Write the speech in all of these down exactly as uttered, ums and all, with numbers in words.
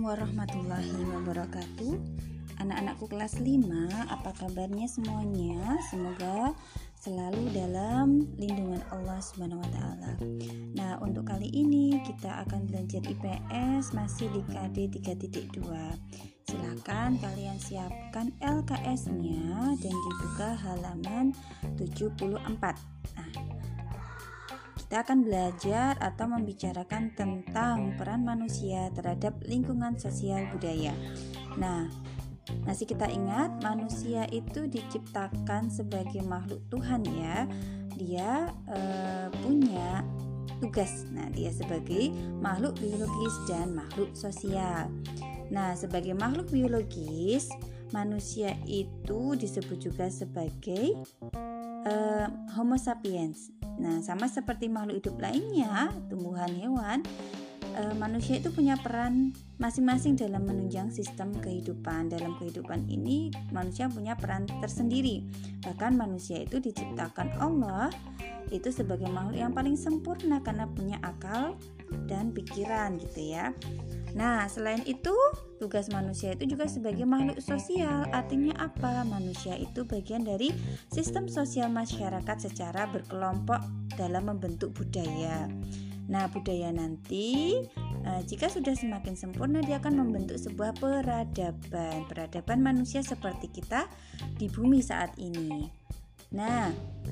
Assalamualaikum warahmatullahi wabarakatuh. Anak-anakku kelas lima, apa kabarnya semuanya? Semoga selalu dalam lindungan Allah Subhanahu wa taala. Nah, untuk kali ini kita akan belajar I P S masih di K D tiga titik dua. Silakan kalian siapkan L K S-nya dan dibuka halaman tujuh puluh empat. Nah, kita akan belajar atau membicarakan tentang peran manusia terhadap lingkungan sosial budaya. Nah, masih kita ingat manusia itu diciptakan sebagai makhluk Tuhan ya. Dia eh, punya tugas. Nah, dia sebagai makhluk biologis dan makhluk sosial. Nah, sebagai makhluk biologis, manusia itu disebut juga sebagai eh, Homo sapiens. Nah, sama seperti makhluk hidup lainnya, tumbuhan, hewan, e, manusia itu punya peran masing-masing dalam menunjang sistem kehidupan. Dalam kehidupan ini, manusia punya peran tersendiri. Bahkan manusia itu diciptakan Allah itu sebagai makhluk yang paling sempurna karena punya akal dan pikiran gitu ya. Nah, selain itu, tugas manusia itu juga sebagai makhluk sosial. Artinya apa? Manusia itu bagian dari sistem sosial masyarakat secara berkelompok dalam membentuk budaya. Nah, budaya nanti eh, jika sudah semakin sempurna, dia akan membentuk sebuah peradaban. Peradaban manusia seperti kita di bumi saat ini. Nah,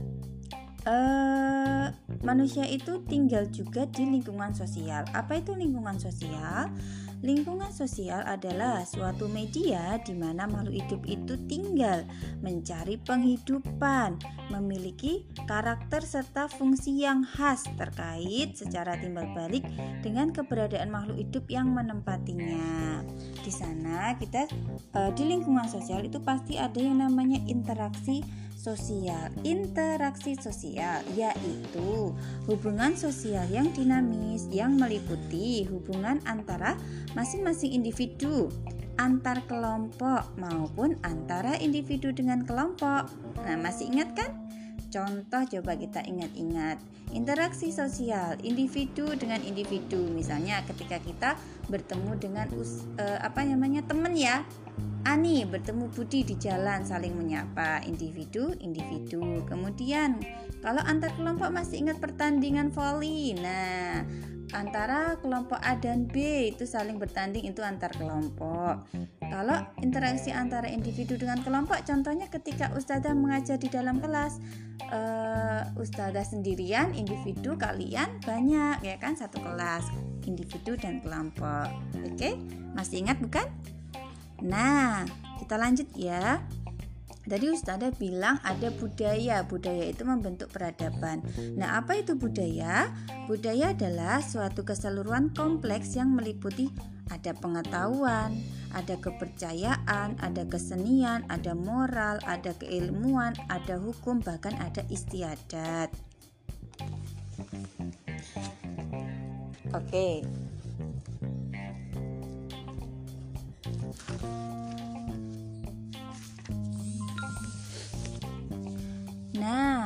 Uh, manusia itu tinggal juga di lingkungan sosial. Apa itu lingkungan sosial? Lingkungan sosial adalah suatu media di mana makhluk hidup itu tinggal, mencari penghidupan, memiliki karakter serta fungsi yang khas terkait secara timbal balik dengan keberadaan makhluk hidup yang menempatinya. Di sana kita uh, di lingkungan sosial itu pasti ada yang namanya interaksi sosial. Interaksi sosial yaitu hubungan sosial yang dinamis yang meliputi hubungan antara masing-masing individu, antar kelompok maupun antara individu dengan kelompok. Nah, masih ingat kan? Contoh coba kita ingat-ingat. Interaksi sosial individu dengan individu. Misalnya ketika kita bertemu dengan us, uh, apa namanya teman ya. Ani bertemu Budi di jalan, saling menyapa, individu individu. Kemudian kalau antar kelompok masih ingat pertandingan voli. Nah, antara kelompok A dan B itu saling bertanding, itu antar kelompok. Kalau interaksi antara individu dengan kelompok, contohnya ketika ustazah mengajar di dalam kelas, uh, ustazah sendirian, individu, kalian banyak ya kan, satu kelas, individu dan kelompok. Oke, masih ingat bukan? Nah, kita lanjut ya. Tadi ustazah bilang ada budaya. Budaya itu membentuk peradaban. Nah, apa itu budaya? Budaya adalah suatu keseluruhan kompleks yang meliputi ada pengetahuan, ada kepercayaan, ada kesenian, ada moral, ada keilmuan, ada hukum, bahkan ada istiadat. Oke. Nah,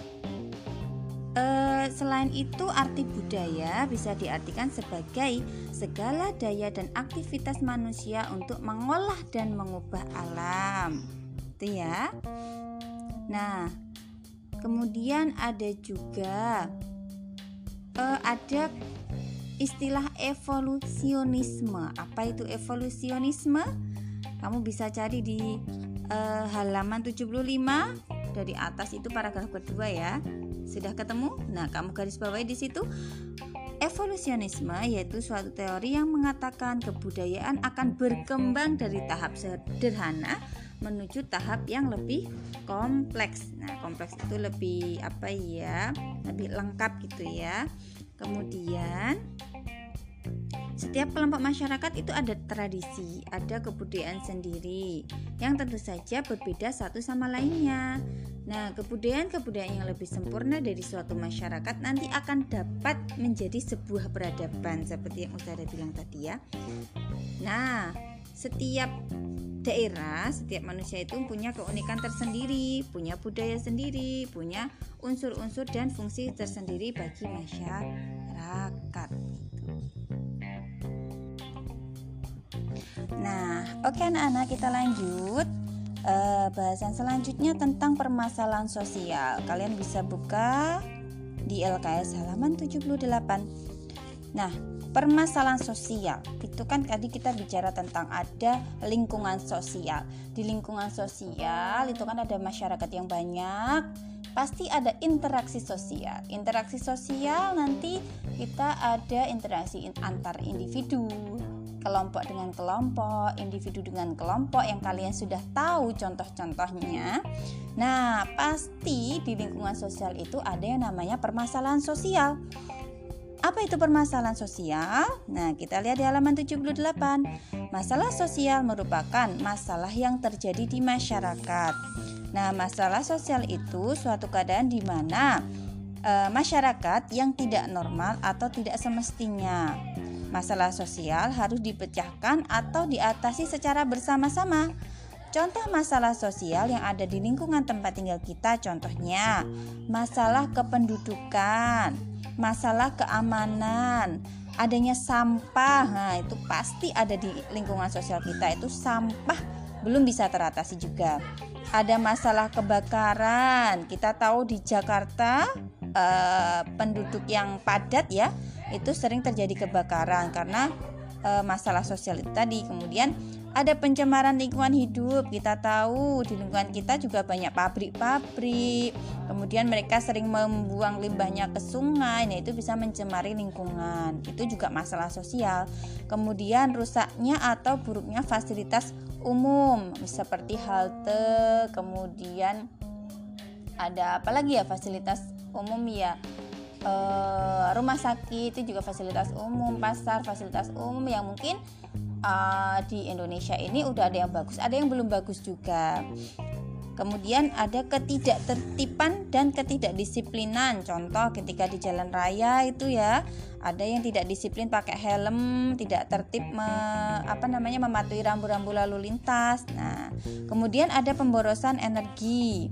eh, selain itu arti budaya bisa diartikan sebagai segala daya dan aktivitas manusia untuk mengolah dan mengubah alam. Itu ya. Nah, kemudian ada juga eh, ada istilah evolusionisme. Apa itu evolusionisme? Kamu bisa cari di eh, halaman tujuh puluh lima. Dari atas itu paragraf kedua ya. Sudah ketemu? Nah, kamu garis bawahi di situ. Evolusionisme yaitu suatu teori yang mengatakan kebudayaan akan berkembang dari tahap sederhana menuju tahap yang lebih kompleks. Nah, kompleks itu lebih apa ya? Lebih lengkap gitu ya. Kemudian setiap kelompok masyarakat itu ada tradisi, ada kebudayaan sendiri yang tentu saja berbeda satu sama lainnya. Nah, kebudayaan-kebudayaan yang lebih sempurna dari suatu masyarakat nanti akan dapat menjadi sebuah peradaban seperti yang Ustazah bilang tadi ya. Nah, setiap daerah, setiap manusia itu punya keunikan tersendiri, punya budaya sendiri, punya unsur-unsur dan fungsi tersendiri bagi masyarakat. Nah, oke anak-anak, kita lanjut. Uh, bahasan selanjutnya tentang permasalahan sosial. Kalian bisa buka di L K S halaman tujuh puluh delapan. Nah, permasalahan sosial itu kan tadi kita bicara tentang ada lingkungan sosial. Di lingkungan sosial itu kan ada masyarakat yang banyak, pasti ada interaksi sosial. Interaksi sosial nanti kita ada interaksi antar individu, kelompok dengan kelompok, individu dengan kelompok yang kalian sudah tahu contoh-contohnya. Nah, pasti di lingkungan sosial itu ada yang namanya permasalahan sosial. Apa itu permasalahan sosial? Nah, kita lihat di halaman tujuh puluh delapan. Masalah sosial merupakan masalah yang terjadi di masyarakat. Nah, masalah sosial itu suatu keadaan di mana e, masyarakat yang tidak normal atau tidak semestinya. Masalah sosial harus dipecahkan atau diatasi secara bersama-sama. Contoh masalah sosial yang ada di lingkungan tempat tinggal kita, contohnya masalah kependudukan, masalah keamanan, adanya sampah. Nah, itu pasti ada di lingkungan sosial kita. Itu sampah belum bisa teratasi juga. Ada masalah kebakaran. Kita tahu di Jakarta eh, penduduk yang padat ya, itu sering terjadi kebakaran karena e, masalah sosial itu tadi. Kemudian ada pencemaran lingkungan hidup. Kita tahu di lingkungan kita juga banyak pabrik-pabrik. Kemudian mereka sering membuang limbahnya ke sungai. Nah, itu bisa mencemari lingkungan. Itu juga masalah sosial. Kemudian rusaknya atau buruknya fasilitas umum seperti halte. Kemudian ada apa lagi ya fasilitas umum ya? Uh, rumah sakit itu juga fasilitas umum, pasar fasilitas umum yang mungkin uh, di Indonesia ini udah ada yang bagus, ada yang belum bagus juga. Kemudian ada ketidaktertiban dan ketidakdisiplinan. Contoh ketika di jalan raya itu ya, ada yang tidak disiplin pakai helm, tidak tertib me, apa namanya mematuhi rambu-rambu lalu lintas. Nah, kemudian ada pemborosan energi.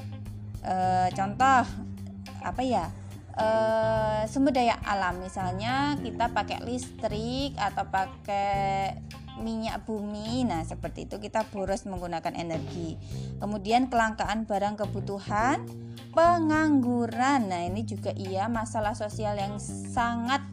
Uh, contoh apa ya? Uh, sumber daya alam, misalnya kita pakai listrik atau pakai minyak bumi. Nah, seperti itu kita boros menggunakan energi. Kemudian kelangkaan barang kebutuhan, pengangguran. Nah, ini juga iya masalah sosial yang sangat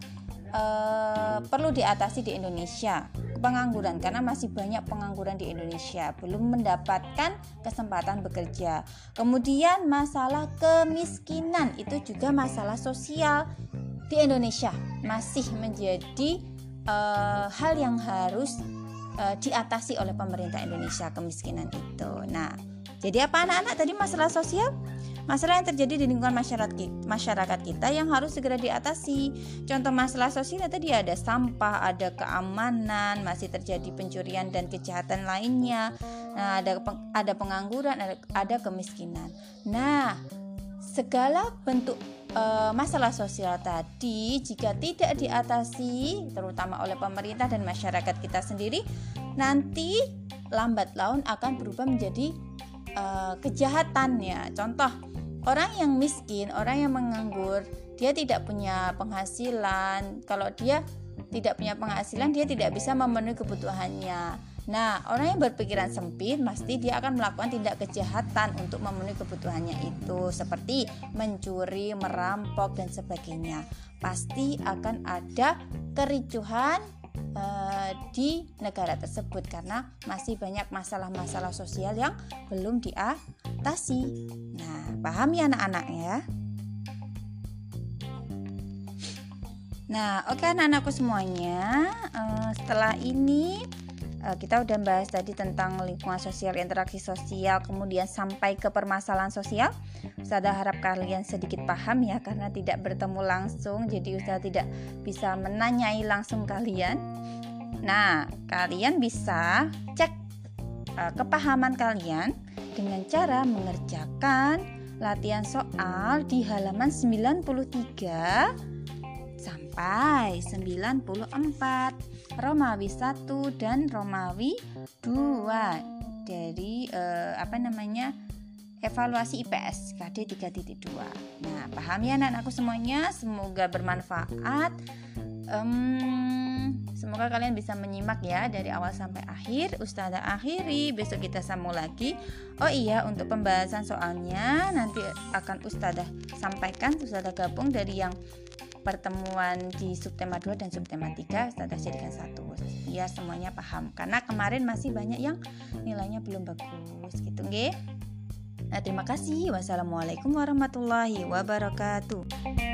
uh, perlu diatasi di Indonesia. Pengangguran, karena masih banyak pengangguran di Indonesia, belum mendapatkan kesempatan bekerja. Kemudian masalah kemiskinan, itu juga masalah sosial di Indonesia, masih menjadi uh, hal yang harus uh, diatasi oleh pemerintah Indonesia, kemiskinan itu. Nah, jadi apa anak-anak tadi masalah sosial? Masalah yang terjadi di lingkungan masyarakat masyarakat kita yang harus segera diatasi. Contoh masalah sosial tadi ada sampah, ada keamanan, masih terjadi pencurian dan kejahatan lainnya. Nah, ada ada pengangguran, ada, ada kemiskinan. Nah, segala bentuk e, masalah sosial tadi jika tidak diatasi terutama oleh pemerintah dan masyarakat kita sendiri, nanti lambat laun akan berubah menjadi e, kejahatan ya. Contoh, orang yang miskin, orang yang menganggur, dia tidak punya penghasilan. Kalau dia tidak punya penghasilan, dia tidak bisa memenuhi kebutuhannya. Nah, orang yang berpikiran sempit, pasti dia akan melakukan tindak kejahatan untuk memenuhi kebutuhannya itu, seperti mencuri, merampok, dan sebagainya. Pasti akan ada kericuhan uh, di negara tersebut karena masih banyak masalah-masalah sosial yang belum diatasi. Nah, paham ya anak-anak ya? Nah, oke anak-anakku semuanya, uh, setelah ini uh, kita udah bahas tadi tentang lingkungan sosial, interaksi sosial, kemudian sampai ke permasalahan sosial. Ustazah harap kalian sedikit paham ya, karena tidak bertemu langsung, jadi Ustazah tidak bisa menanyai langsung kalian. Nah, kalian bisa cek uh, kepahaman kalian dengan cara mengerjakan latihan soal di halaman sembilan puluh tiga sampai sembilan puluh empat, Romawi satu dan Romawi dua dari eh, apa namanya evaluasi I P S K D tiga titik dua. Nah, paham ya anak-anakku semuanya, semoga bermanfaat. Um, semoga kalian bisa menyimak ya dari awal sampai akhir. Ustazah akhiri, besok kita sambung lagi. Oh iya, untuk pembahasan soalnya nanti akan Ustazah sampaikan, Ustazah gabung dari yang pertemuan di subtema dua dan subtema tiga, Ustazah jadikan satu biar semuanya paham. Karena kemarin masih banyak yang nilainya belum bagus gitu, nggih. Nah, terima kasih. Wassalamualaikum warahmatullahi wabarakatuh.